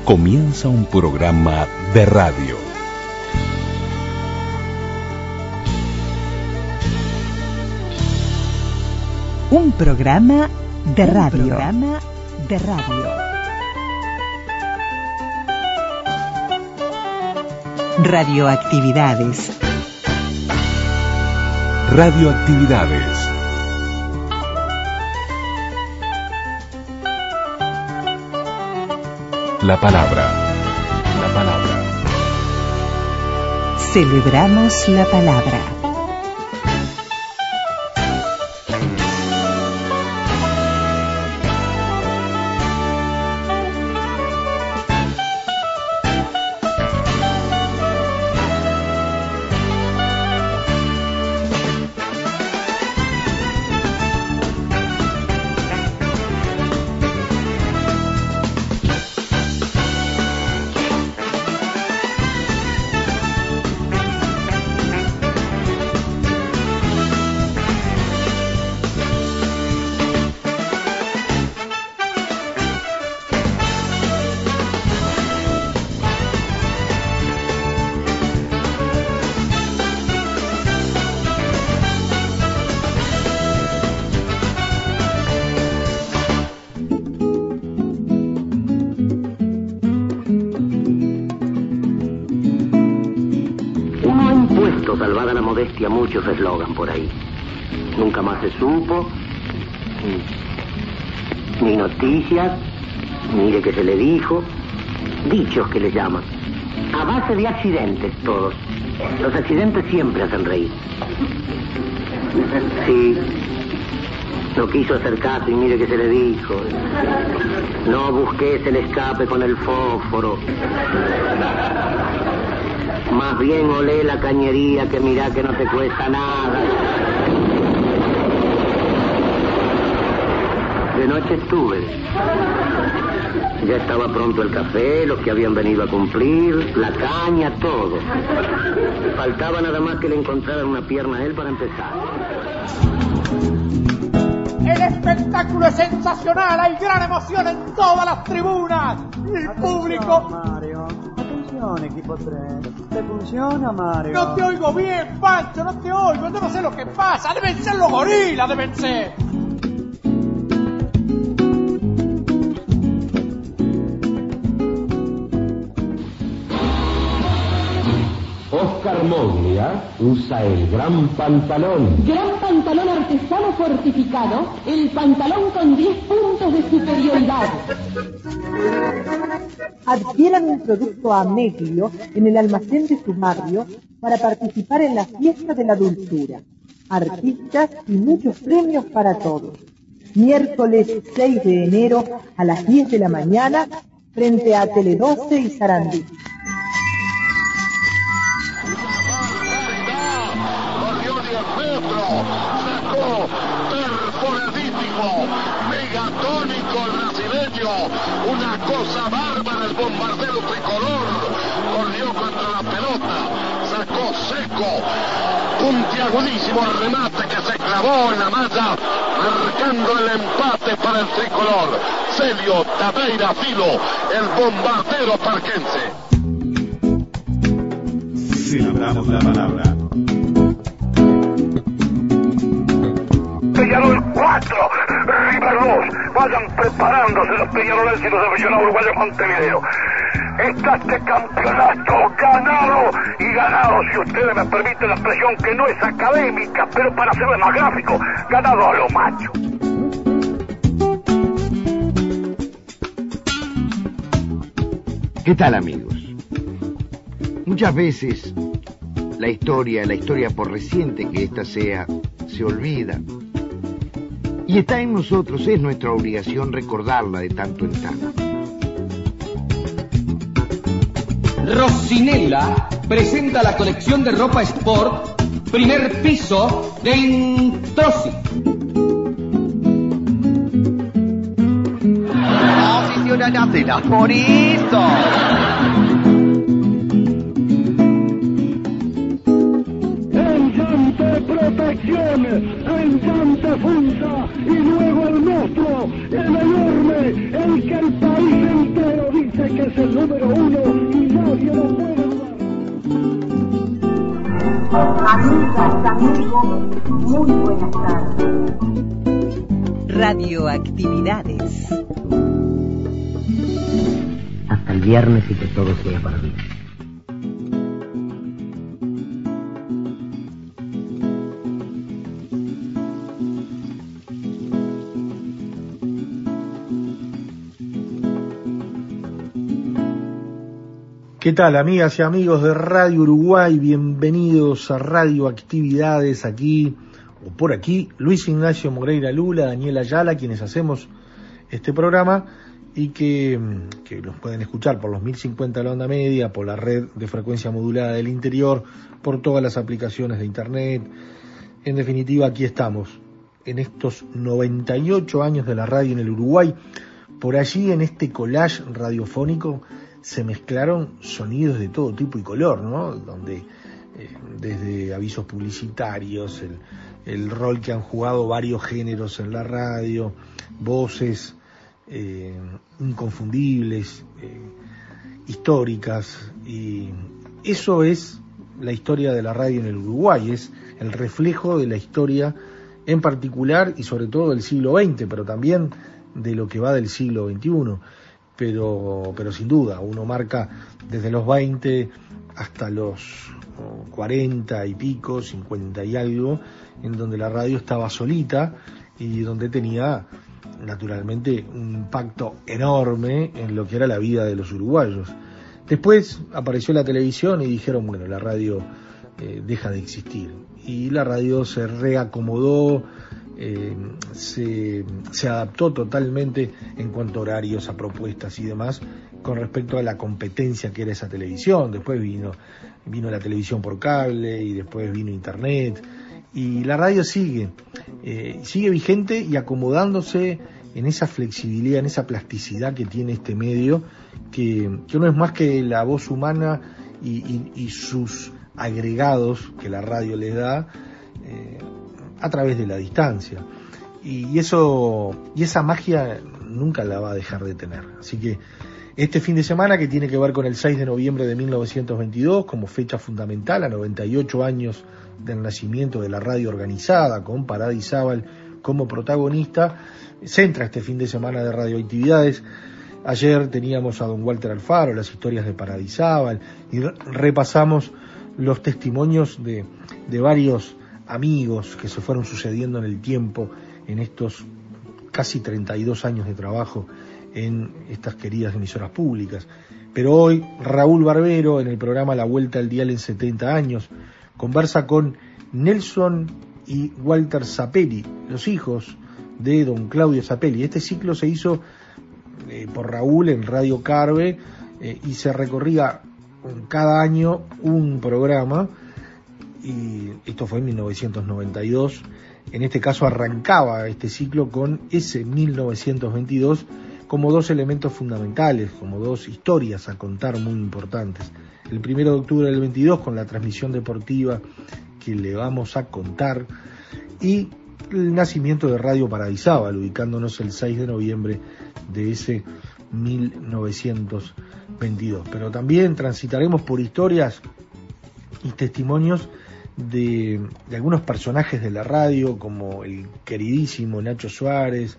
comienza un programa de radio. Un programa de radio. Radioactividades. La palabra. Celebramos la palabra. Salvada la modestia, muchos eslogan por ahí. Nunca más se supo, ni noticias, ni de que se le dijo, dichos que le llaman. A base de accidentes todos. Los accidentes siempre hacen reír. Sí, no quiso hacer caso y mire que se le dijo. No busques el escape con el fósforo. Más bien olé la cañería que mirá que no te cuesta nada. De noche estuve. Ya estaba pronto el café, los que habían venido a cumplir, la caña, todo. Faltaba nada más que le encontraran una pierna a él para empezar. El espectáculo es sensacional, hay gran emoción en todas las tribunas. El público... Mario. Atención, equipo 3. ¿Te funciona, Mario? No te oigo bien, Pancho, no te oigo. Yo no sé lo que pasa. Deben ser los gorilas, deben ser. Oscar Moglia usa el gran pantalón. Gran pantalón artesano fortificado, el pantalón con 10 puntos de superioridad. Adquieran un producto Ameglio en el almacén de su barrio para participar en la fiesta de la dulzura. Artistas y muchos premios para todos. Miércoles 6 de enero a las 10 de la mañana frente a Tele 12 y Sarandí. Sacó perforadísimo, megatónico el brasileño, una cosa bárbara el bombardero tricolor, corrió contra la pelota, sacó seco, puntiagudísimo el remate que se clavó en la malla, marcando el empate para el tricolor. Celio Tabeira Filo, el bombardero parquense. Celebramos la palabra. Peñarol 4, River 2, vayan preparándose los peñarolenses y los aficionados uruguayos Montevideo. Está este campeonato ganado y ganado, si ustedes me permiten la expresión que no es académica, pero para hacerlo más gráfico, ganado a lo macho. ¿Qué tal, amigos? Muchas veces la historia, por reciente que ésta sea, se olvida. Y está en nosotros, es nuestra obligación recordarla de tanto en tanto. Rossinella presenta la colección de ropa sport, primer piso de Introssi. Aficionadas por eso. Protección, el llante Funza y luego el monstruo, el enorme, el que el país entero dice Este es el número 1 y nadie lo puede dudar. Amigas, amigos, muy buenas tardes. Radioactividades. Hasta el viernes y que todo sea para mí. ¿Qué tal, amigas y amigos de Radio Uruguay? Bienvenidos a Radioactividades, aquí o por aquí, Luis Ignacio Moreira Lula, Daniel Ayala, quienes hacemos este programa y que los pueden escuchar por los 1050 de la onda media, por la red de frecuencia modulada del interior, por todas las aplicaciones de internet. En definitiva, aquí estamos, en estos 98 años de la radio en el Uruguay. Por allí, en este collage radiofónico, se mezclaron sonidos de todo tipo y color, ¿no? Donde desde avisos publicitarios, el rol que han jugado varios géneros en la radio, voces inconfundibles, históricas, y eso es la historia de la radio en el Uruguay, es el reflejo de la historia en particular y sobre todo del siglo XX, pero también de lo que va del siglo XXI. Pero sin duda, uno marca desde los 20 hasta los 40 y pico, 50 y algo, en donde la radio estaba solita y donde tenía naturalmente un impacto enorme en lo que era la vida de los uruguayos. Después apareció la televisión y dijeron, bueno, la radio deja de existir. Y la radio se reacomodó, se adaptó totalmente en cuanto a horarios, a propuestas y demás con respecto a la competencia que era esa televisión. Después vino la televisión por cable y después vino internet, y la radio sigue vigente y acomodándose en esa flexibilidad, en esa plasticidad que tiene este medio, que no es más que la voz humana y sus agregados que la radio les da a través de la distancia, y esa magia nunca la va a dejar de tener. Así que este fin de semana, que tiene que ver con el 6 de noviembre de 1922 como fecha fundamental, a 98 años del nacimiento de la radio organizada, con Paradisábal como protagonista, centra este fin de semana de radioactividades. Ayer teníamos a don Walter Alfaro, las historias de Paradisábal, y repasamos los testimonios de varios amigos que se fueron sucediendo en el tiempo en estos casi 32 años de trabajo en estas queridas emisoras públicas. Pero hoy Raúl Barbero, en el programa La Vuelta al Dial en 70 años, conversa con Nelson y Walter Zapelli, los hijos de don Claudio Zapelli. Este ciclo se hizo por Raúl en Radio Carve y se recorría cada año un programa, y esto fue en 1992. En este caso arrancaba este ciclo con ese 1922 como dos elementos fundamentales, como dos historias a contar muy importantes. El 1 de octubre del 22 con la transmisión deportiva que le vamos a contar, y el nacimiento de Radio Paradisábal, ubicándonos el 6 de noviembre de ese 1922. Pero también transitaremos por historias y testimonios de algunos personajes de la radio, como el queridísimo Nacho Suárez,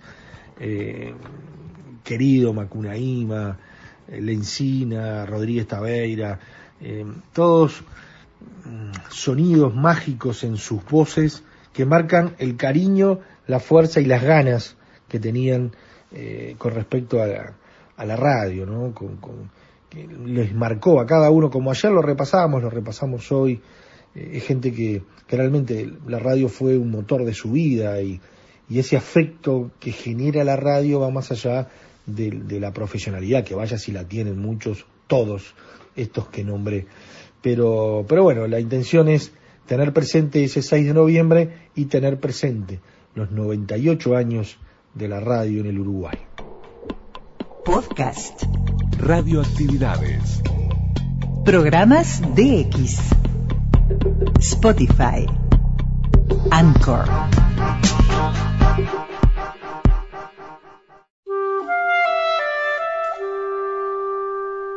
querido Macunaíma, Lencina, Rodríguez Taveira, todos sonidos mágicos en sus voces que marcan el cariño, la fuerza y las ganas que tenían con respecto a la radio, ¿no? Que les marcó a cada uno, como ayer lo repasamos hoy. Es gente que realmente la radio fue un motor de su vida, y ese afecto que genera la radio va más allá de la profesionalidad, que vaya si la tienen muchos, todos estos que nombré. Pero bueno, la intención es tener presente ese 6 de noviembre y tener presente los 98 años de la radio en el Uruguay. Podcast. Radioactividades. Programas DX. Spotify. Anchor.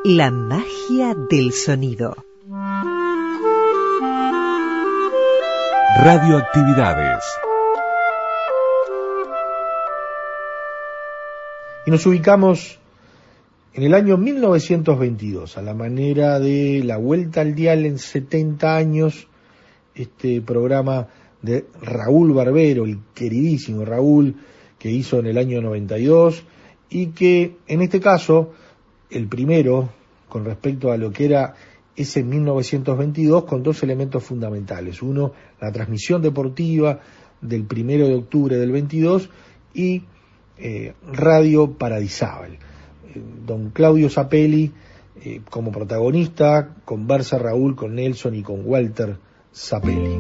La magia del sonido. Radioactividades. Y nos ubicamos en el año 1922, a la manera de La Vuelta al Dial en 70 años, este programa de Raúl Barbero, el queridísimo Raúl, que hizo en el año 92, y que en este caso, el primero, con respecto a lo que era ese 1922, con dos elementos fundamentales. Uno, la transmisión deportiva del 1 de octubre del 22 y Radio Paradisábal. Don Claudio Zapelli como protagonista, conversa Raúl con Nelson y con Walter Zapelli.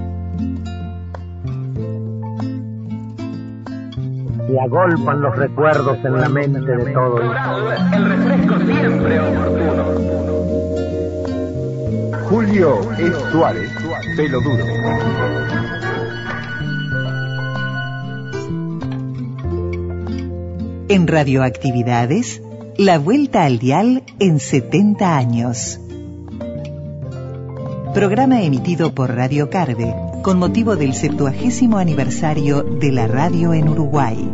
Se agolpan los recuerdos en la mente de todos. El refresco siempre oportuno. Julio E. Suárez, Pelo Duro. En Radioactividades, La Vuelta al Dial en 70 años. Programa emitido por Radio Carve con motivo del 70º aniversario de la radio en Uruguay.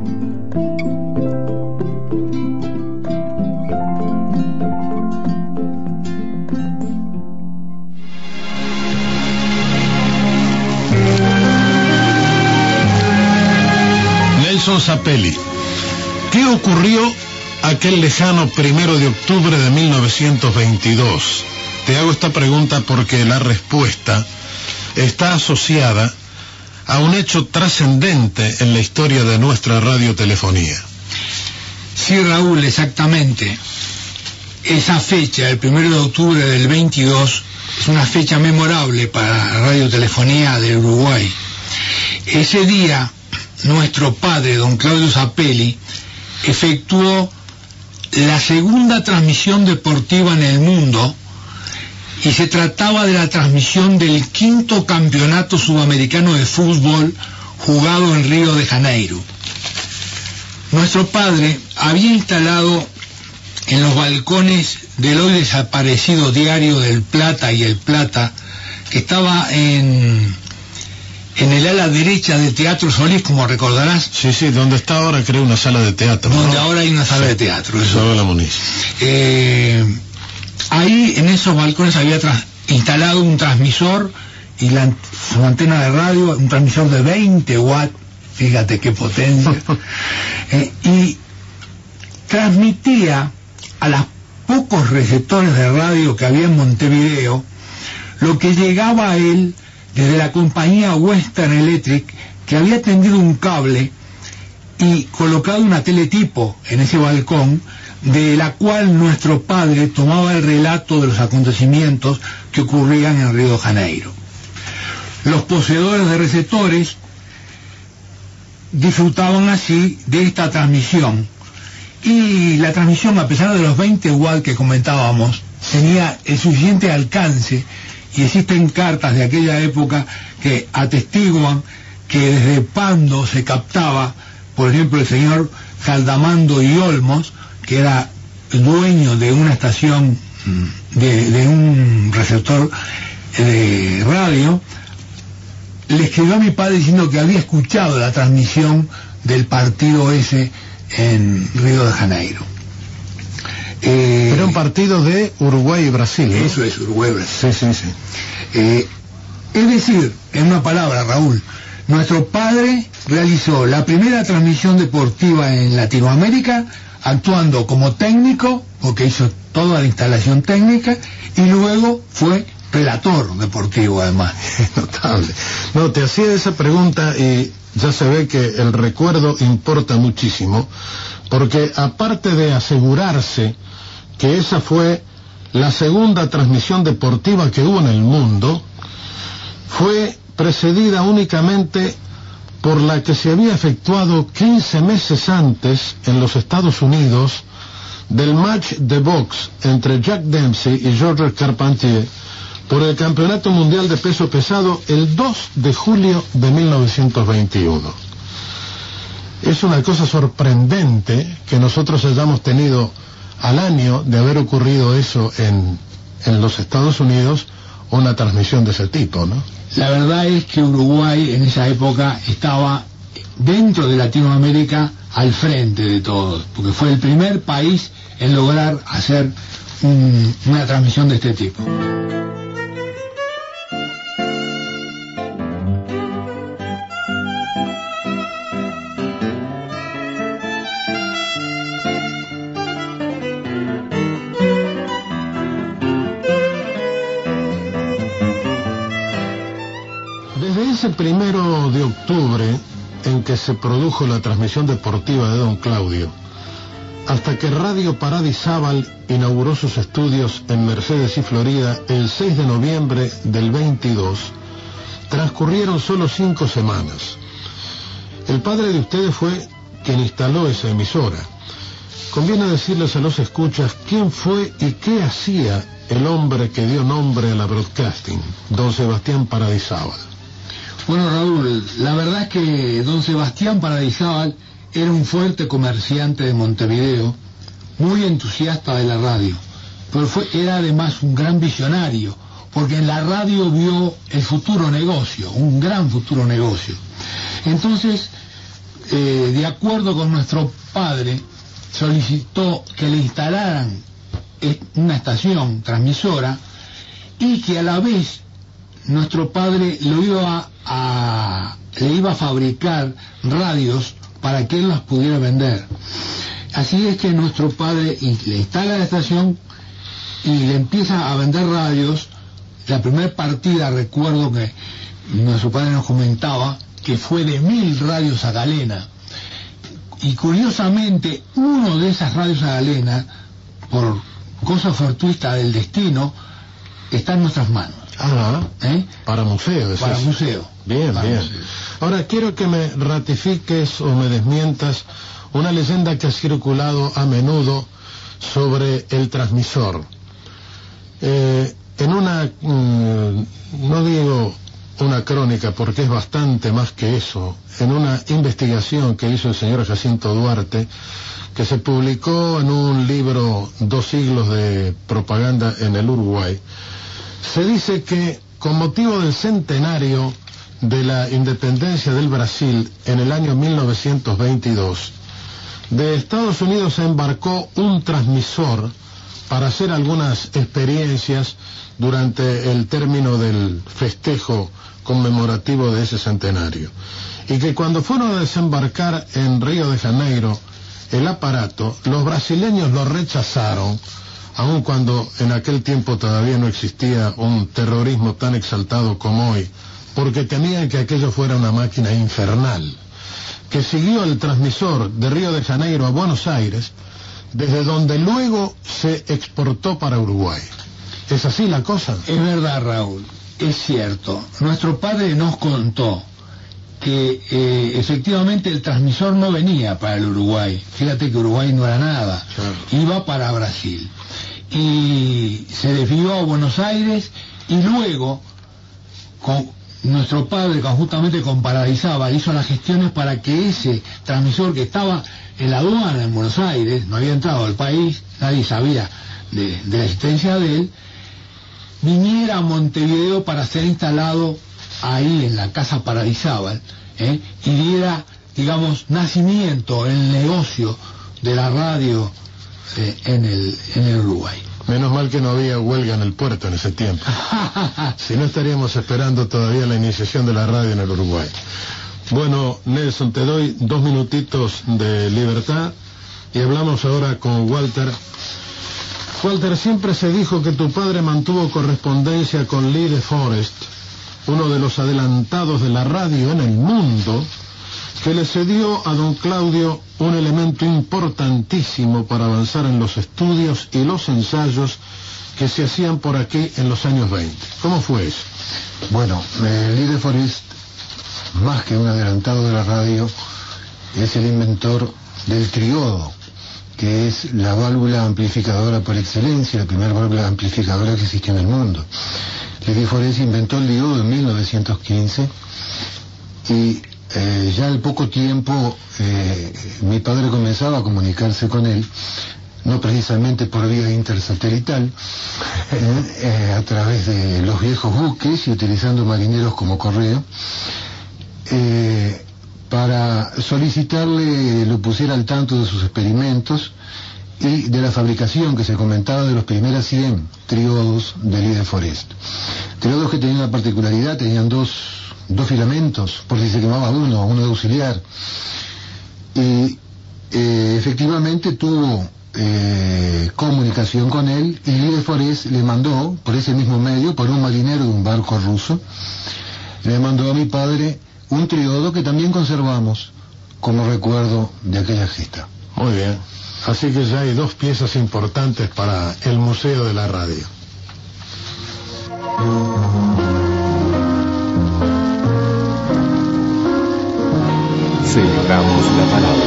Nelson Zapelli, ¿qué ocurrió aquel lejano 1 de octubre de 1922? Te hago esta pregunta porque la respuesta está asociada a un hecho trascendente en la historia de nuestra radiotelefonía. Sí, Raúl, exactamente. Esa fecha, el 1 de octubre del 22, es una fecha memorable para la radiotelefonía de Uruguay. Ese día, nuestro padre, don Claudio Zapelli, efectuó la segunda transmisión deportiva en el mundo, y se trataba de la transmisión del 5º campeonato sudamericano de fútbol jugado en Río de Janeiro. Nuestro padre había instalado en los balcones del hoy desaparecido diario del Plata y El Plata, que estaba en el ala derecha del Teatro Solís, como recordarás. Sí, donde está ahora, creo, una sala de teatro. Donde ahora hay una sala de teatro. Eso. La Muniz. Ahí en esos balcones había instalado un transmisor y su antena de radio, un transmisor de 20 watts, fíjate qué potencia, y transmitía a los pocos receptores de radio que había en Montevideo lo que llegaba a él desde la compañía Western Electric, que había tendido un cable y colocado una teletipo en ese balcón, de la cual nuestro padre tomaba el relato de los acontecimientos que ocurrían en Río de Janeiro. Los poseedores de receptores disfrutaban así de esta transmisión, y la transmisión, a pesar de los 20 watts que comentábamos, tenía el suficiente alcance, y existen cartas de aquella época que atestiguan que desde Pando se captaba, por ejemplo, el señor Caldamando y Olmos, que era dueño de una estación, de un receptor de radio, le escribió a mi padre diciendo que había escuchado la transmisión del partido ese en Río de Janeiro. Era un partido de Uruguay y Brasil, ¿no? Eso es, Uruguay y Brasil. Sí. Es decir, en una palabra, Raúl, nuestro padre realizó la primera transmisión deportiva en Latinoamérica, actuando como técnico, porque hizo toda la instalación técnica, y luego fue relator deportivo, además. Notable. No, te hacía esa pregunta y ya se ve que el recuerdo importa muchísimo, porque aparte de asegurarse que esa fue la segunda transmisión deportiva que hubo en el mundo, fue precedida únicamente por la que se había efectuado 15 meses antes en los Estados Unidos del match de box entre Jack Dempsey y Georges Carpentier por el Campeonato Mundial de Peso Pesado el 2 de julio de 1921. Es una cosa sorprendente que nosotros hayamos tenido al año de haber ocurrido eso en los Estados Unidos, una transmisión de ese tipo, ¿no? La verdad es que Uruguay en esa época estaba dentro de Latinoamérica al frente de todos, porque fue el primer país en lograr hacer una transmisión de este tipo. Ese 1 de octubre en que se produjo la transmisión deportiva de Don Claudio, hasta que Radio Paradisábal inauguró sus estudios en Mercedes y Florida el 6 de noviembre del 22, transcurrieron solo 5 semanas. El padre de ustedes fue quien instaló esa emisora. Conviene decirles a los escuchas quién fue y qué hacía el hombre que dio nombre a la broadcasting, don Sebastián Paradisábal. Bueno, Raúl, la verdad es que don Sebastián Paradisábal era un fuerte comerciante de Montevideo, muy entusiasta de la radio, pero era además un gran visionario, porque en la radio vio el futuro negocio, un gran futuro negocio. Entonces, de acuerdo con nuestro padre, solicitó que le instalaran una estación transmisora y que a la vez nuestro padre le iba a fabricar radios para que él las pudiera vender. Así es que nuestro padre le instala la estación y le empieza a vender radios. La primera partida, recuerdo que nuestro padre nos comentaba que fue de 1000 radios a galena, y curiosamente uno de esas radios a galena, por cosa fortuita del destino, está en nuestras manos. Para museo. Para museo. Bien, bien. Ahora quiero que me ratifiques o me desmientas una leyenda que ha circulado a menudo sobre el transmisor. En una, no digo una crónica porque es bastante más que eso, en una investigación que hizo el señor Jacinto Duarte, que se publicó en un libro 2 siglos de propaganda en el Uruguay, se dice que con motivo del centenario de la independencia del Brasil en el año 1922, de Estados Unidos se embarcó un transmisor para hacer algunas experiencias durante el término del festejo conmemorativo de ese centenario, y que cuando fueron a desembarcar en Río de Janeiro el aparato, los brasileños lo rechazaron, aun cuando en aquel tiempo todavía no existía un terrorismo tan exaltado como hoy, porque temían que aquello fuera una máquina infernal, que siguió el transmisor de Río de Janeiro a Buenos Aires, desde donde luego se exportó para Uruguay. ¿Es así la cosa? Es verdad, Raúl, es cierto. Nuestro padre nos contó que efectivamente el transmisor no venía para el Uruguay. Fíjate que Uruguay no era nada, claro. Iba para Brasil. Y se desvió a Buenos Aires, y luego nuestro padre, conjuntamente con Paradisábal, hizo las gestiones para que ese transmisor que estaba en la aduana en Buenos Aires, no había entrado al país, nadie sabía de la existencia de él, viniera a Montevideo para ser instalado ahí en la casa Paradisábal, y diera, digamos, nacimiento en el negocio de la radio en el Uruguay. Menos mal que no había huelga en el puerto en ese tiempo. Si no, estaríamos esperando todavía la iniciación de la radio en el Uruguay. Bueno, Nelson, te doy 2 minutitos de libertad y hablamos ahora con Walter. Walter, siempre se dijo que tu padre mantuvo correspondencia con Lee de Forest, uno de los adelantados de la radio en el mundo, que le cedió a don Claudio un elemento importantísimo para avanzar en los estudios y los ensayos que se hacían por aquí en los años 20. ¿Cómo fue eso? Bueno, Lee de Forest, más que un adelantado de la radio, es el inventor del triodo, que es la válvula amplificadora por excelencia, la primera válvula amplificadora que existió en el mundo. Lee de Forest inventó el diodo en 1915 y ya al poco tiempo mi padre comenzaba a comunicarse con él no precisamente por vía intersatelital, a través de los viejos buques y utilizando marineros como correo, para solicitarle lo pusiera al tanto de sus experimentos y de la fabricación que se comentaba de los primeros 100 triodos de Lie de Forest. Triodos que tenían una particularidad, tenían dos filamentos, por si se quemaba uno de auxiliar. Y efectivamente tuvo comunicación con él, y Lie de Forest le mandó, por ese mismo medio, por un marinero de un barco ruso, le mandó a mi padre un triodo que también conservamos como recuerdo de aquella gesta. Muy bien. Así que ya hay dos piezas importantes para el Museo de la Radio. Celebramos la palabra.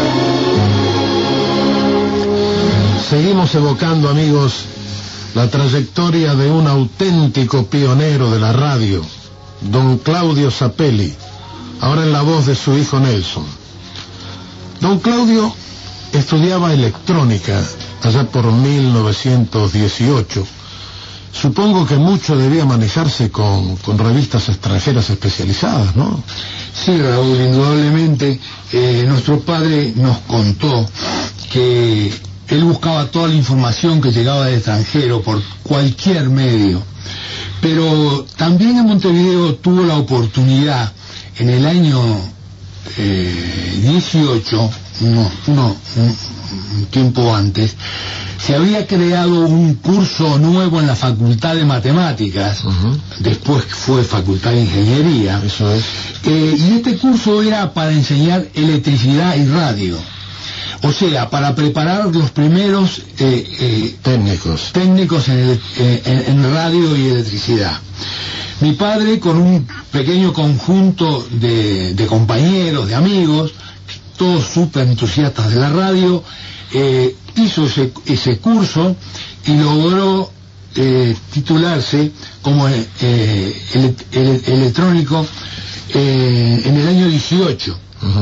Seguimos evocando, amigos, la trayectoria de un auténtico pionero de la radio, don Claudio Zappelli, ahora en la voz de su hijo Nelson. Don Claudio estudiaba electrónica allá por 1918. Supongo que mucho debía manejarse con revistas extranjeras especializadas, ¿no? Sí, Raúl, indudablemente. Nuestro padre nos contó que él buscaba toda la información que llegaba del extranjero por cualquier medio. Pero también en Montevideo tuvo la oportunidad, en el año 18, un tiempo antes, se había creado un curso nuevo en la Facultad de Matemáticas, después fue Facultad de Ingeniería. Eso es. Y este curso era para enseñar electricidad y radio. O sea, para preparar los primeros técnicos en radio y electricidad. Mi padre, con un pequeño conjunto de compañeros, de amigos, todos súper entusiastas de la radio, hizo ese curso y logró titularse como electrónico en el año 18.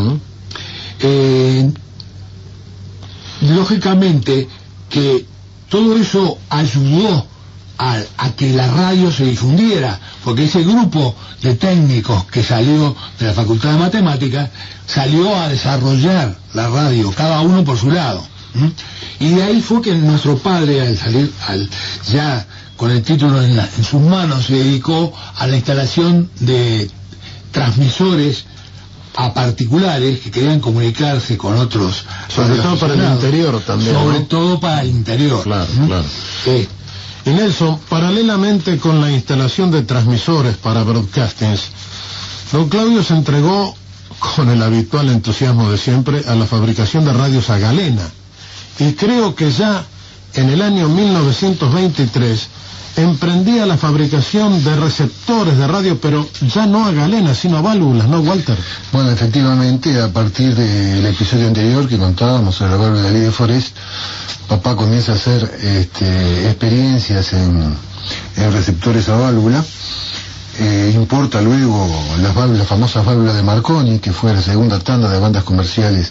Lógicamente que todo eso ayudó a que la radio se difundiera, porque ese grupo de técnicos que salió de la Facultad de Matemáticas salió a desarrollar la radio, cada uno por su lado. Y de ahí fue que nuestro padre, al salir ya con el título en sus manos, se dedicó a la instalación de transmisores a particulares que querían comunicarse con otros. Sobre todo para el interior también. Sobre todo para el interior. Claro, claro. Y Nelson, paralelamente con la instalación de transmisores para broadcastings, don Claudio se entregó, con el habitual entusiasmo de siempre, a la fabricación de radios a galena. Y creo que ya en el año 1923 emprendía la fabricación de receptores de radio, pero ya no a galena, sino a válvulas, ¿no, Walter? Bueno, efectivamente, a partir del episodio anterior que contábamos sobre la válvula de Lie de Forest, papá comienza a hacer experiencias en receptores a válvula, importa luego las famosas válvulas de Marconi, que fue la segunda tanda de válvulas comerciales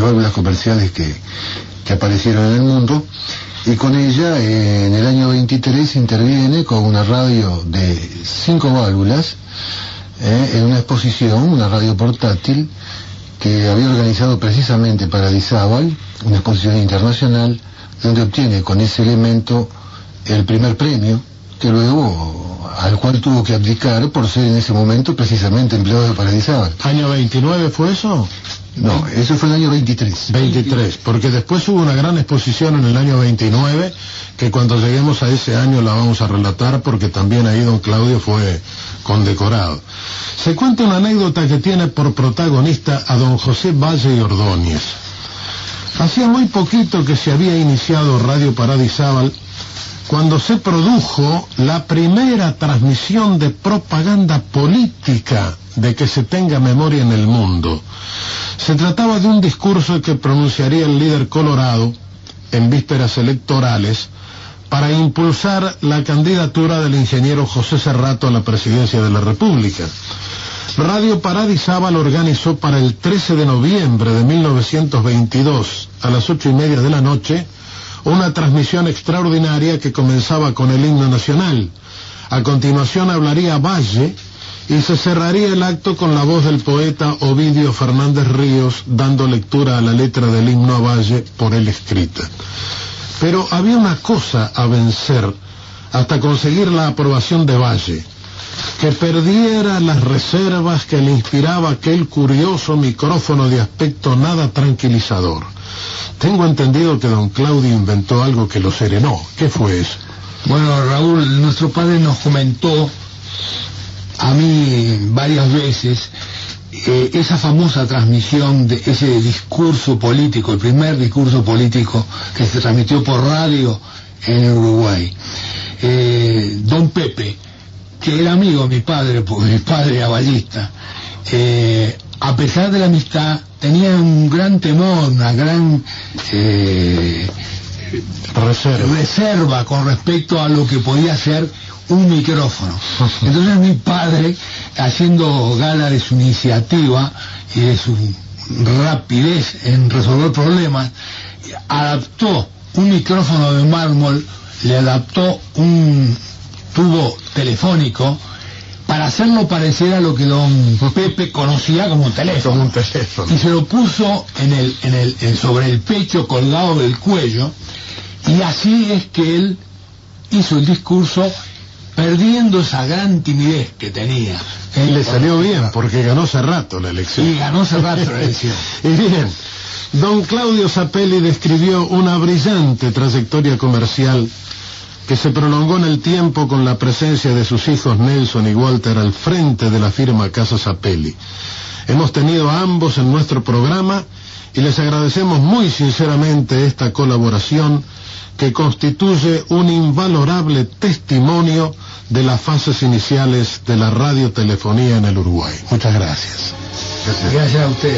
que aparecieron en el mundo, y con ella en el año 23 interviene con una radio de 5 válvulas en una exposición, una radio portátil que había organizado precisamente para Dizábal, una exposición internacional, donde obtiene con ese elemento el primer premio, que luego al cual tuvo que aplicar por ser en ese momento precisamente empleado de Paradisábal. ¿Año 29 fue eso? No, eso fue el año 23. 23, porque después hubo una gran exposición en el año 29, que cuando lleguemos a ese año la vamos a relatar, porque también ahí don Claudio fue condecorado. Se cuenta una anécdota que tiene por protagonista a don José Valle y Ordóñez. Hacía muy poquito que se había iniciado Radio Paradisábal, cuando se produjo la primera transmisión de propaganda política de que se tenga memoria en el mundo. Se trataba de un discurso que pronunciaría el líder colorado en vísperas electorales para impulsar la candidatura del ingeniero José Cerrato a la presidencia de la República. Radio Paradisábal organizó para el 13 de noviembre de 1922, a las 8:30 de la noche, una transmisión extraordinaria que comenzaba con el himno nacional. A continuación hablaría Valle y se cerraría el acto con la voz del poeta Ovidio Fernández Ríos dando lectura a la letra del himno a Valle por él escrita. Pero había una cosa a vencer hasta conseguir la aprobación de Valle: que perdiera las reservas que le inspiraba aquel curioso micrófono de aspecto nada tranquilizador. Tengo entendido que don Claudio inventó algo que lo serenó. ¿Qué fue eso? Bueno, Raúl, nuestro padre nos comentó a mí varias veces esa famosa transmisión de ese discurso político, el primer discurso político que se transmitió por radio en Uruguay. Don Pepe, que era amigo de mi padre, porque mi padre era ballista, a pesar de la amistad, tenía un gran temor, una gran reserva con respecto a lo que podía ser un micrófono. Entonces mi padre, haciendo gala de su iniciativa y de su rapidez en resolver problemas, adaptó un micrófono de mármol, le adaptó un tubo telefónico para hacerlo parecer a lo que don Pepe conocía como un teléfono. Y se lo puso sobre el pecho, colgado del cuello, y así es que él hizo el discurso perdiendo esa gran timidez que tenía. Y le salió bien, porque ganó Cerrato la elección. Y ganó Cerrato la elección. Y bien, don Claudio Zapelli describió una brillante trayectoria comercial que se prolongó en el tiempo con la presencia de sus hijos Nelson y Walter al frente de la firma Casa Zapelli. Hemos tenido a ambos en nuestro programa y les agradecemos muy sinceramente esta colaboración que constituye un invalorable testimonio de las fases iniciales de la radiotelefonía en el Uruguay. Muchas gracias. Gracias a ustedes.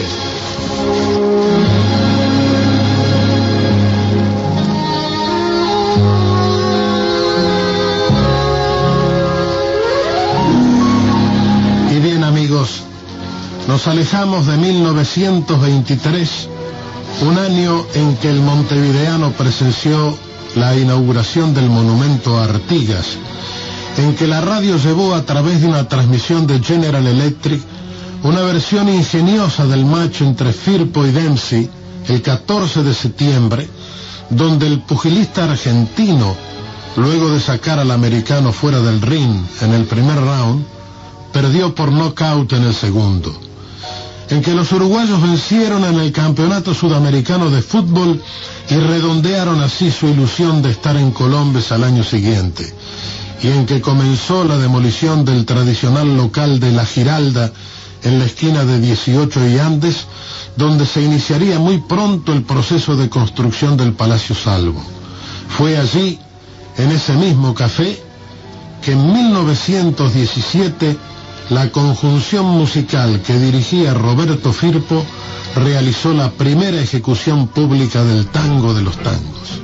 Y bien, amigos, nos alejamos de 1923, un año en que el montevideano presenció la inauguración del monumento a Artigas, en que la radio llevó a través de una transmisión de General Electric una versión ingeniosa del match entre Firpo y Dempsey el 14 de septiembre, donde el pugilista argentino, luego de sacar al americano fuera del ring en el primer round, perdió por nocaut en el segundo, en que los uruguayos vencieron en el Campeonato Sudamericano de Fútbol y redondearon así su ilusión de estar en Colombes al año siguiente, y en que comenzó la demolición del tradicional local de La Giralda en la esquina de 18 y Andes, donde se iniciaría muy pronto el proceso de construcción del Palacio Salvo. Fue allí, en ese mismo café, que en 1917 la conjunción musical que dirigía Roberto Firpo realizó la primera ejecución pública del tango de los tangos.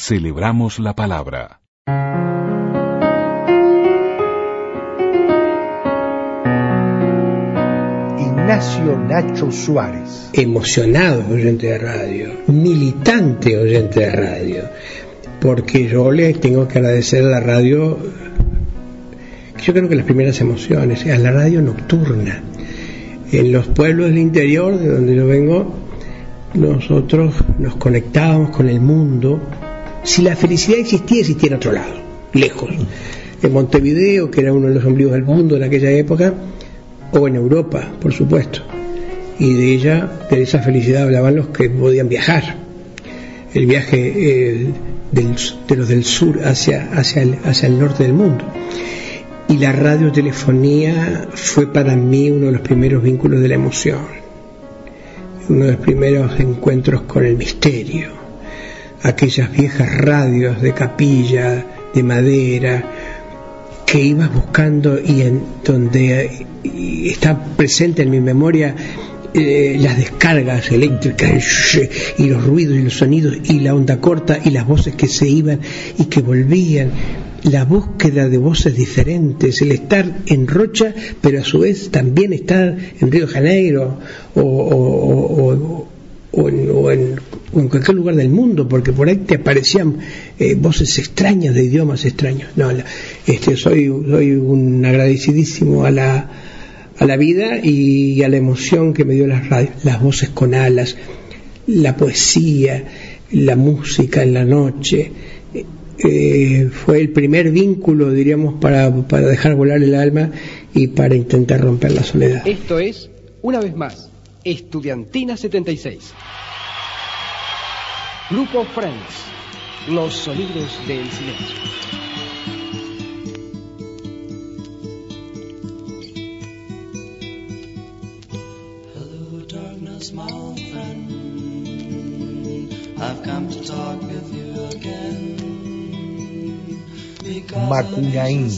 celebramos la palabra. Ignacio Nacho Suárez. Emocionado oyente de radio, militante oyente de radio, porque yo le tengo que agradecer a la radio, yo creo que las primeras emociones, a la radio nocturna. En los pueblos del interior, de donde yo vengo, nosotros nos conectábamos con el mundo. Si la felicidad existía en otro lado, lejos. En Montevideo, que era uno de los ombligos del mundo en aquella época, o en Europa, por supuesto. Y de esa felicidad hablaban los que podían viajar. El viaje de los del sur hacia el norte del mundo. Y la radiotelefonía fue para mí uno de los primeros vínculos de la emoción, uno de los primeros encuentros con el misterio. Aquellas viejas radios de capilla, de madera, que ibas buscando y en donde está presente en mi memoria las descargas eléctricas y los ruidos y los sonidos y la onda corta y las voces que se iban y que volvían, la búsqueda de voces diferentes, el estar en Rocha pero a su vez también estar en Río de Janeiro o en cualquier lugar del mundo, porque por ahí te aparecían voces extrañas de idiomas extraños. Soy un agradecidísimo a la vida y a la emoción que me dio las radios, las voces con alas, la poesía, la música en la noche. Fue el primer vínculo, diríamos, para dejar volar el alma y para intentar romper la soledad. Esto es, una vez más, Estudiantina 76. Grupo Friends, los sonidos del silencio. Hello darkness, my old friend, I've come to talk with you again. Macunaín.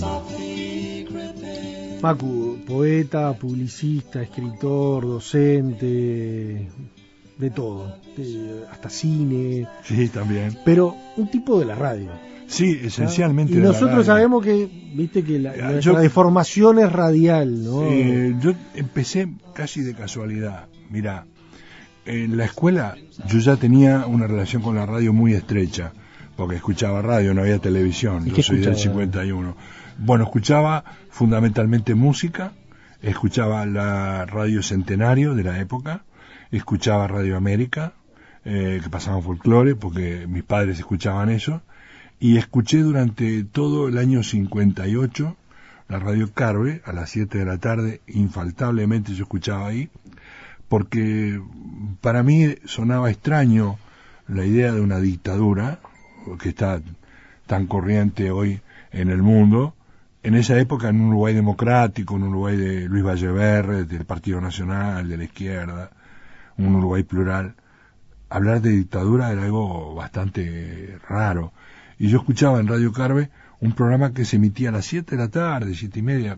Macu, poeta, publicista, escritor, docente, de todo, hasta cine. Sí, también. Pero un tipo de la radio. Sí, esencialmente. Y de nosotros la radio. sabemos que, viste, que nuestra deformación es radial, ¿no? Yo empecé casi de casualidad. Mirá, en la escuela yo ya tenía una relación con la radio muy estrecha, porque escuchaba radio, no había televisión. Yo soy del 51. Bueno, escuchaba fundamentalmente música, escuchaba la radio Centenario de la época, escuchaba Radio América, que pasaban folclore, porque mis padres escuchaban eso, y escuché durante todo el año 58 la radio Carve, a las 7 de la tarde, infaltablemente yo escuchaba ahí, porque para mí sonaba extraño la idea de una dictadura, que está tan corriente hoy en el mundo. En esa época, en un Uruguay democrático, un Uruguay de Luis Valleverre, del Partido Nacional, de la izquierda, un Uruguay plural, hablar de dictadura era algo bastante raro. Y yo escuchaba en Radio Carve un programa que se emitía a las 7 de la tarde, 7:30,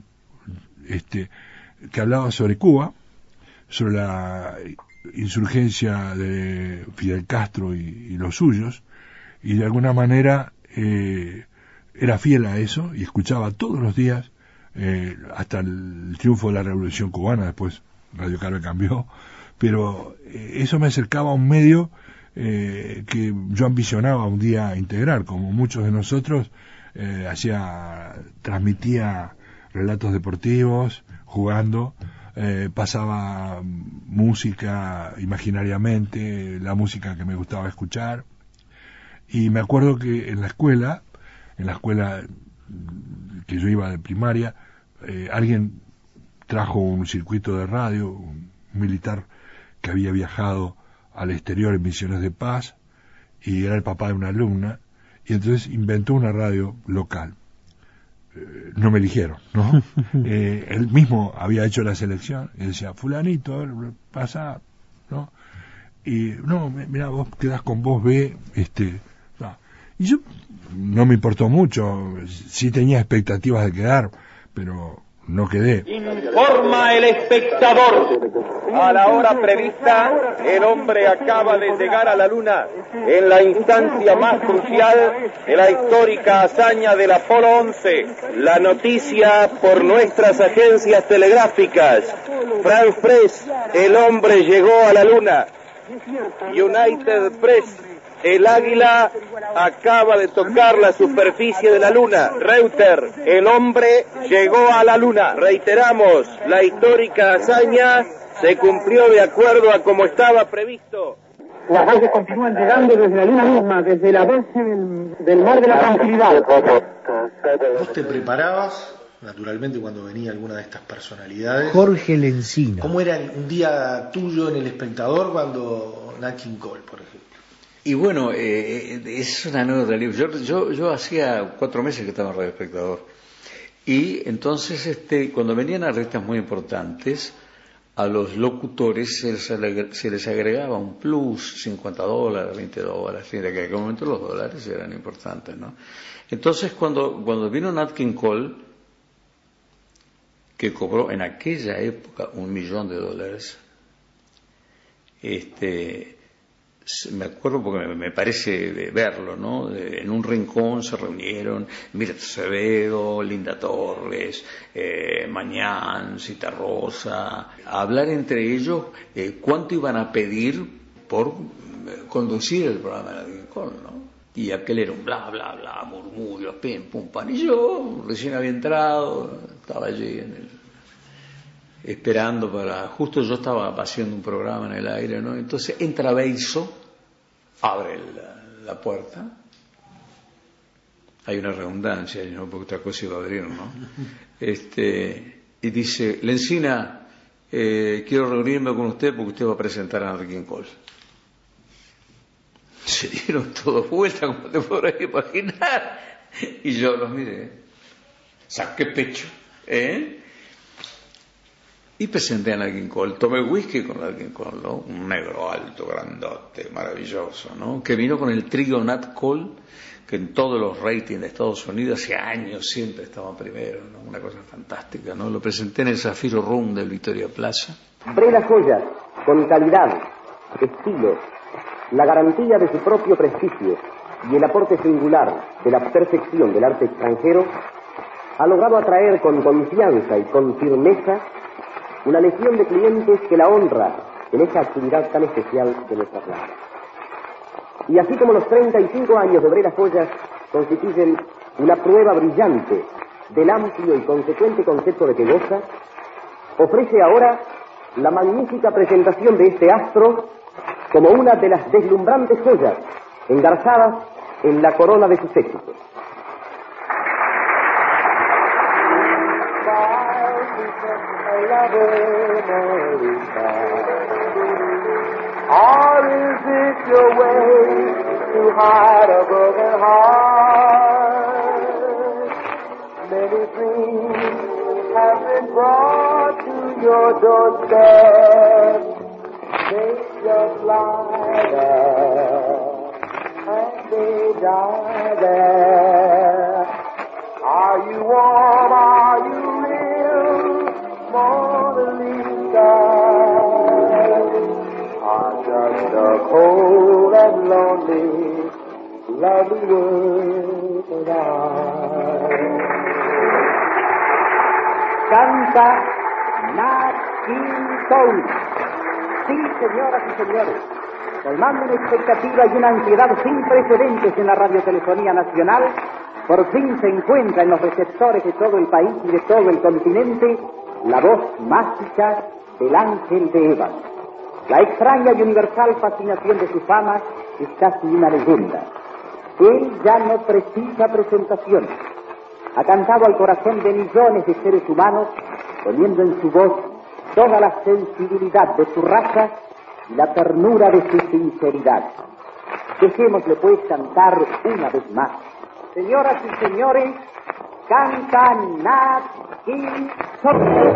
que hablaba sobre Cuba, sobre la insurgencia de Fidel Castro y los suyos, y de alguna manera era fiel a eso y escuchaba todos los días hasta el triunfo de la Revolución Cubana. Después Radio Carve cambió, pero eso me acercaba a un medio que yo ambicionaba un día integrar, como muchos de nosotros. Transmitía relatos deportivos jugando, pasaba música imaginariamente, la música que me gustaba escuchar. Y me acuerdo que en la escuela que yo iba de primaria, alguien trajo un circuito de radio, un militar que había viajado al exterior en misiones de paz, y era el papá de una alumna, y entonces inventó una radio local. No me eligieron, ¿no? Él mismo había hecho la selección, y decía, fulanito, pasa, ¿no? Y, no, mira, vos quedás con voz B, no. Y yo, no me importó mucho, sí tenía expectativas de quedar, pero no quedé. Informa el espectador. A la hora prevista, el hombre acaba de llegar a la Luna en la instancia más crucial de la histórica hazaña del Apolo 11. La noticia por nuestras agencias telegráficas. France Press, el hombre llegó a la Luna. United Press, el águila acaba de tocar la superficie de la Luna. Reuters, el hombre llegó a la Luna. Reiteramos, la histórica hazaña se cumplió de acuerdo a como estaba previsto. Las bases continúan llegando desde la Luna misma, desde la base del Mar de la Tranquilidad. ¿Vos te preparabas, naturalmente, cuando venía alguna de estas personalidades? Jorge Lencina. ¿Cómo era un día tuyo en El Espectador cuando Nat King Cole, por ejemplo? Y bueno, es una anécdota. Yo hacía 4 meses que estaba en Radio Espectador. Y entonces, cuando venían artistas muy importantes, a los locutores se les agregaba un plus, $50, $20, en aquel momento los dólares eran importantes, ¿no? Entonces, cuando vino Nat King Cole, que cobró en aquella época $1 millón, me acuerdo porque me parece de verlo, ¿no? En un rincón se reunieron Mira Acevedo, Linda Torres, Mañán, Citarrosa, a hablar entre ellos cuánto iban a pedir por conducir el programa de la King Cole, ¿no? Y aquel era un bla, bla, bla, murmullos, pim, pum, pan. Y yo recién había entrado, estaba allí esperando justo yo estaba haciendo un programa en el aire, ¿no? Entonces entra Beiso, abre la puerta, hay una redundancia, ¿no? Porque otra cosa iba a abrir, ¿no? Y dice, Lencina, quiero reunirme con usted porque usted va a presentar a Nat King Cole. Se dieron todos vuelta, como te podrás imaginar, y yo los miré, saqué pecho, y presenté a Nat King Cole. Tomé whisky con Nat King Cole, ¿no? Un negro alto, grandote, maravilloso, ¿no? Que vino con el trío Nat Cole, que en todos los ratings de Estados Unidos hace años siempre estaban primero, ¿no? Una cosa fantástica, ¿no? Lo presenté en el Zafiro Room del Victoria Plaza. Breda Joyas, con calidad, estilo, la garantía de su propio prestigio y el aporte singular de la perfección del arte extranjero, ha logrado atraer con confianza y con firmeza una legión de clientes que la honra en esta actividad tan especial de nuestra plaza. Y así como los 35 años de Breda Joyas constituyen una prueba brillante del amplio y consecuente concepto de que goza, ofrece ahora la magnífica presentación de este astro como una de las deslumbrantes joyas engarzadas en la corona de sus éxitos. Or is it your way to hide a broken heart? Many dreams have been brought to your doorstep. They just lie there and they die there. Are you warm? Are you real? Mona Lisa, are just a cold and lonely, lovely world tonight. Canta Nat King Cole. Sí, señoras y señores, colmando una expectativa y una ansiedad sin precedentes en la radiotelefonía nacional, por fin se encuentra en los receptores de todo el país y de todo el continente la voz mágica del ángel de Eva. La extraña y universal fascinación de su fama es casi una leyenda. Él ya no precisa presentaciones. Ha cantado al corazón de millones de seres humanos, poniendo en su voz toda la sensibilidad de su raza y la ternura de su sinceridad. Dejémosle pues cantar una vez más. Señoras y señores, canta Nat King Cole.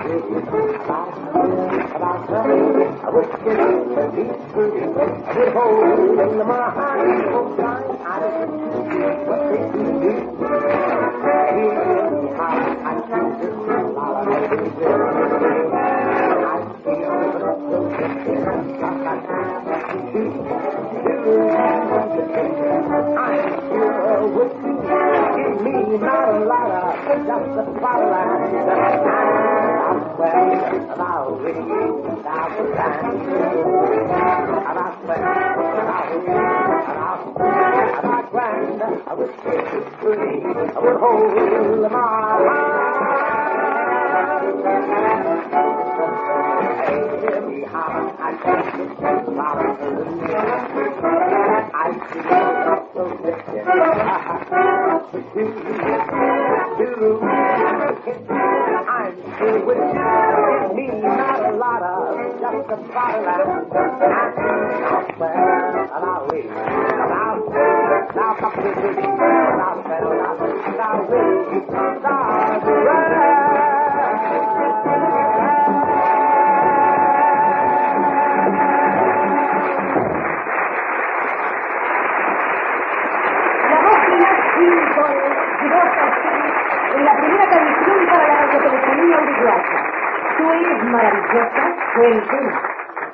En la primera canción para la radiotelefonía uruguaya. Tú eres maravillosa, fue el tema.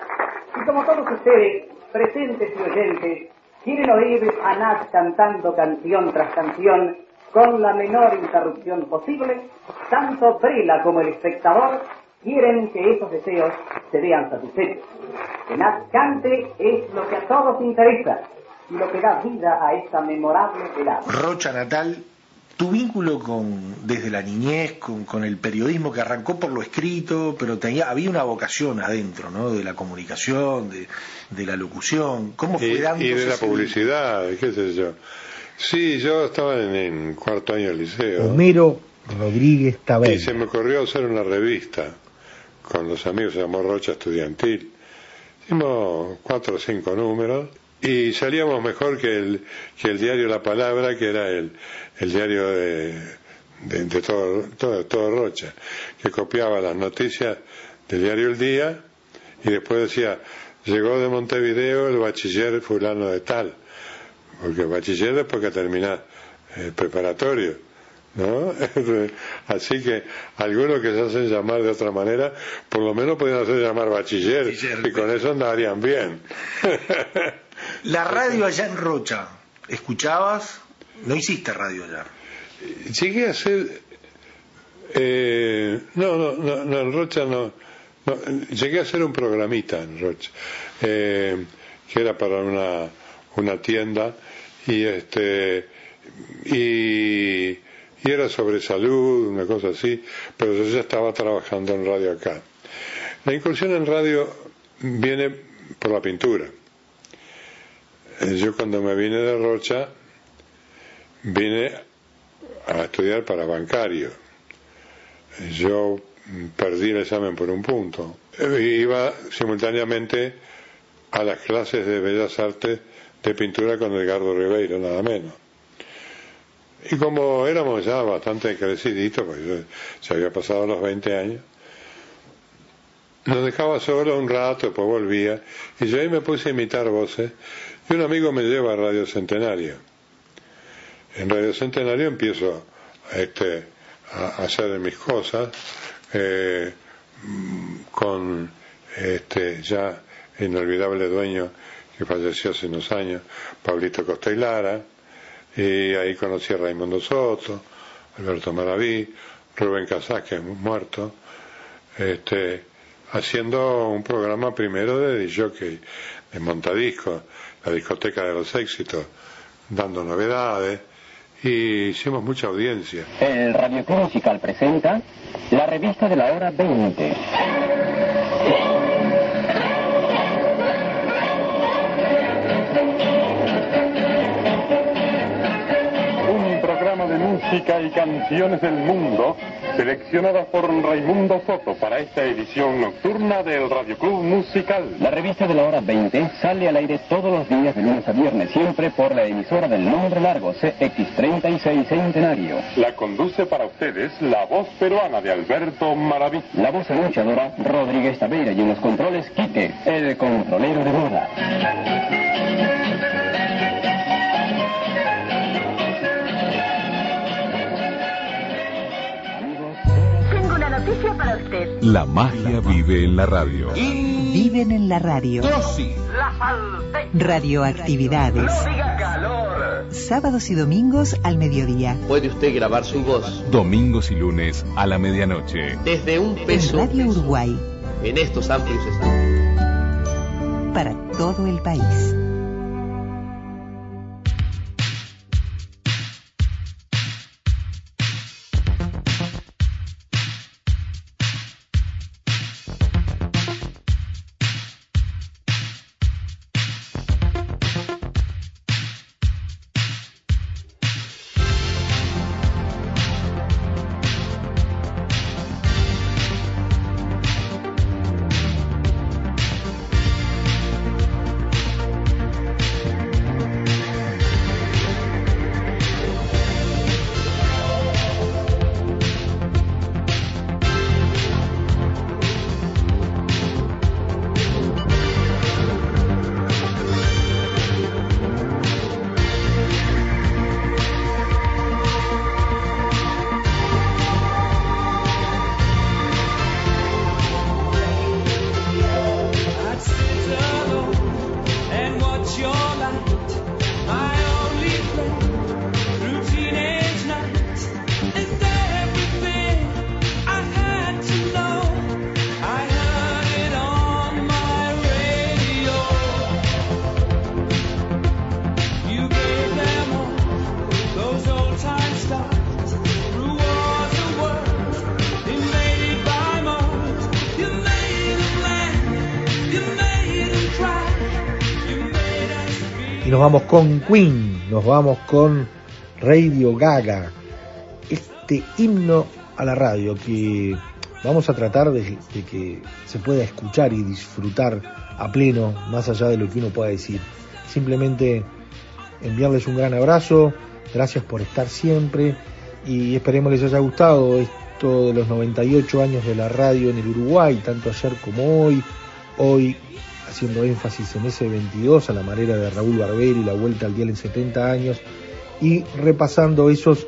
Y como todos ustedes, presentes y oyentes, quieren oír a Nat cantando canción tras canción con la menor interrupción posible, tanto Brela como el espectador quieren que esos deseos se vean satisfechos. Que Nat cante es lo que a todos interesa y lo que da vida a esta memorable velada. Rocha Natal, tu vínculo desde la niñez con el periodismo que arrancó por lo escrito, pero había una vocación adentro, ¿no? De la comunicación, de la locución. ¿Cómo fue dándose y de la publicidad, qué sé yo. Sí, yo estaba en cuarto año del liceo. Homero Rodríguez Tabel. Y se me ocurrió hacer una revista con los amigos, se llamó Rocha Estudiantil. Hicimos 4 o 5 números y salíamos mejor que el diario La Palabra, que era el diario de todo Rocha, que copiaba las noticias del diario El Día y después decía, llegó de Montevideo el bachiller fulano de tal, porque el bachiller después que termina preparatorio, ¿no? Así que algunos que se hacen llamar de otra manera, por lo menos podían hacer llamar bachiller, y con eso andarían bien. La radio allá en Rocha, ¿escuchabas? ¿No hiciste radio allá? Llegué a hacer... no, en Rocha no. Llegué a hacer un programita en Rocha, que era para una tienda, y era sobre salud, una cosa así, pero yo ya estaba trabajando en radio acá. La incursión en radio viene por la pintura. Yo cuando me vine de Rocha, vine a estudiar para bancario. Yo perdí el examen por un punto. Iba simultáneamente a las clases de Bellas Artes de pintura con Edgardo Ribeiro, nada menos. Y como éramos ya bastante creciditos, porque yo se había pasado los 20 años, nos dejaba solo un rato, después volvía, y yo ahí me puse a imitar voces, y un amigo me lleva a Radio Centenario. En Radio Centenario empiezo a hacer mis cosas, con ya inolvidable dueño que falleció hace unos años, Pablito Costa y Lara, y ahí conocí a Raimundo Soto, Alberto Maraví, Rubén Casás, que es muerto, haciendo un programa primero de disjockey, de montadiscos, la discoteca de los éxitos, dando novedades, y hicimos mucha audiencia. El Radio Club Musical presenta la revista de la hora 20. Un programa de música y canciones del mundo seleccionadas por Raimundo Soto para esta edición nocturna del Radio Club Musical. La revista de la hora 20 sale al aire todos los días de lunes a viernes, siempre por la emisora del nombre largo, CX36 Centenario. La conduce para ustedes la voz peruana de Alberto Maraví. La voz anunciadora, Rodríguez Taveira, y en los controles, Quique, el controlero de moda. Noticia para usted. La magia vive en la radio. Viven en la radio. Radioactividades. Sábados y domingos al mediodía. Puede usted grabar su voz. Domingos y lunes a la medianoche. Desde un peso. En Radio Uruguay. En estos amplios espacios. Para todo el país. Y nos vamos con Queen, nos vamos con Radio Gaga, este himno a la radio que vamos a tratar de que se pueda escuchar y disfrutar a pleno, más allá de lo que uno pueda decir. Simplemente enviarles un gran abrazo, gracias por estar siempre y esperemos les haya gustado esto de los 98 años de la radio en el Uruguay, tanto ayer como hoy haciendo énfasis en ese 22 a la manera de Raúl Barberi, la vuelta al dial en 70 años y repasando esos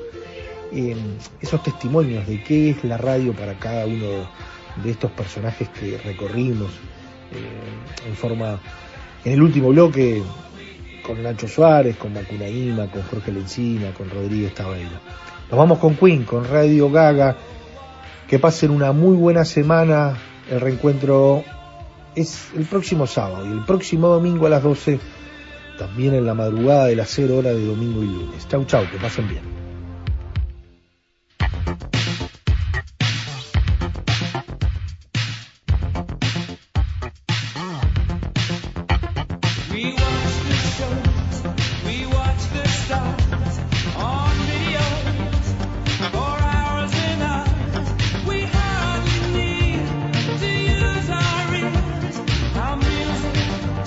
testimonios de qué es la radio para cada uno de estos personajes que recorrimos en el último bloque con Nacho Suárez, con Macunaíma, con Jorge Lencina, con Rodríguez Taveira. Nos vamos con Queen, con Radio Gaga. Que pasen una muy buena semana. El reencuentro es el próximo sábado y el próximo domingo a las 12, también en la madrugada de las 0 horas de domingo y lunes. Chau, que pasen bien.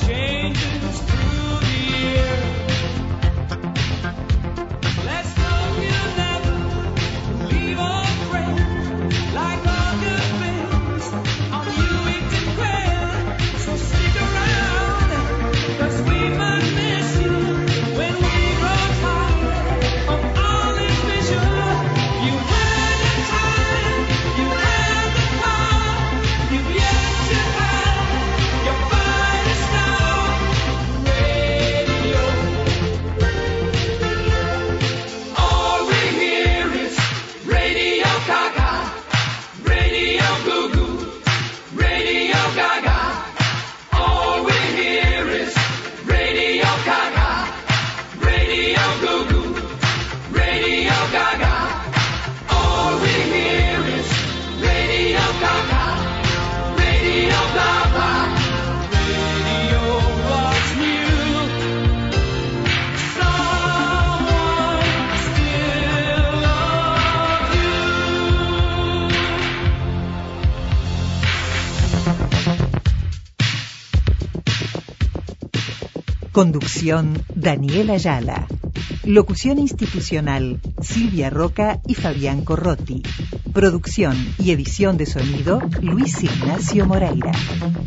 Let's go. Conducción, Daniel Ayala. Locución institucional, Silvia Roca y Fabián Corrotti. Producción y edición de sonido, Luis Ignacio Moreira.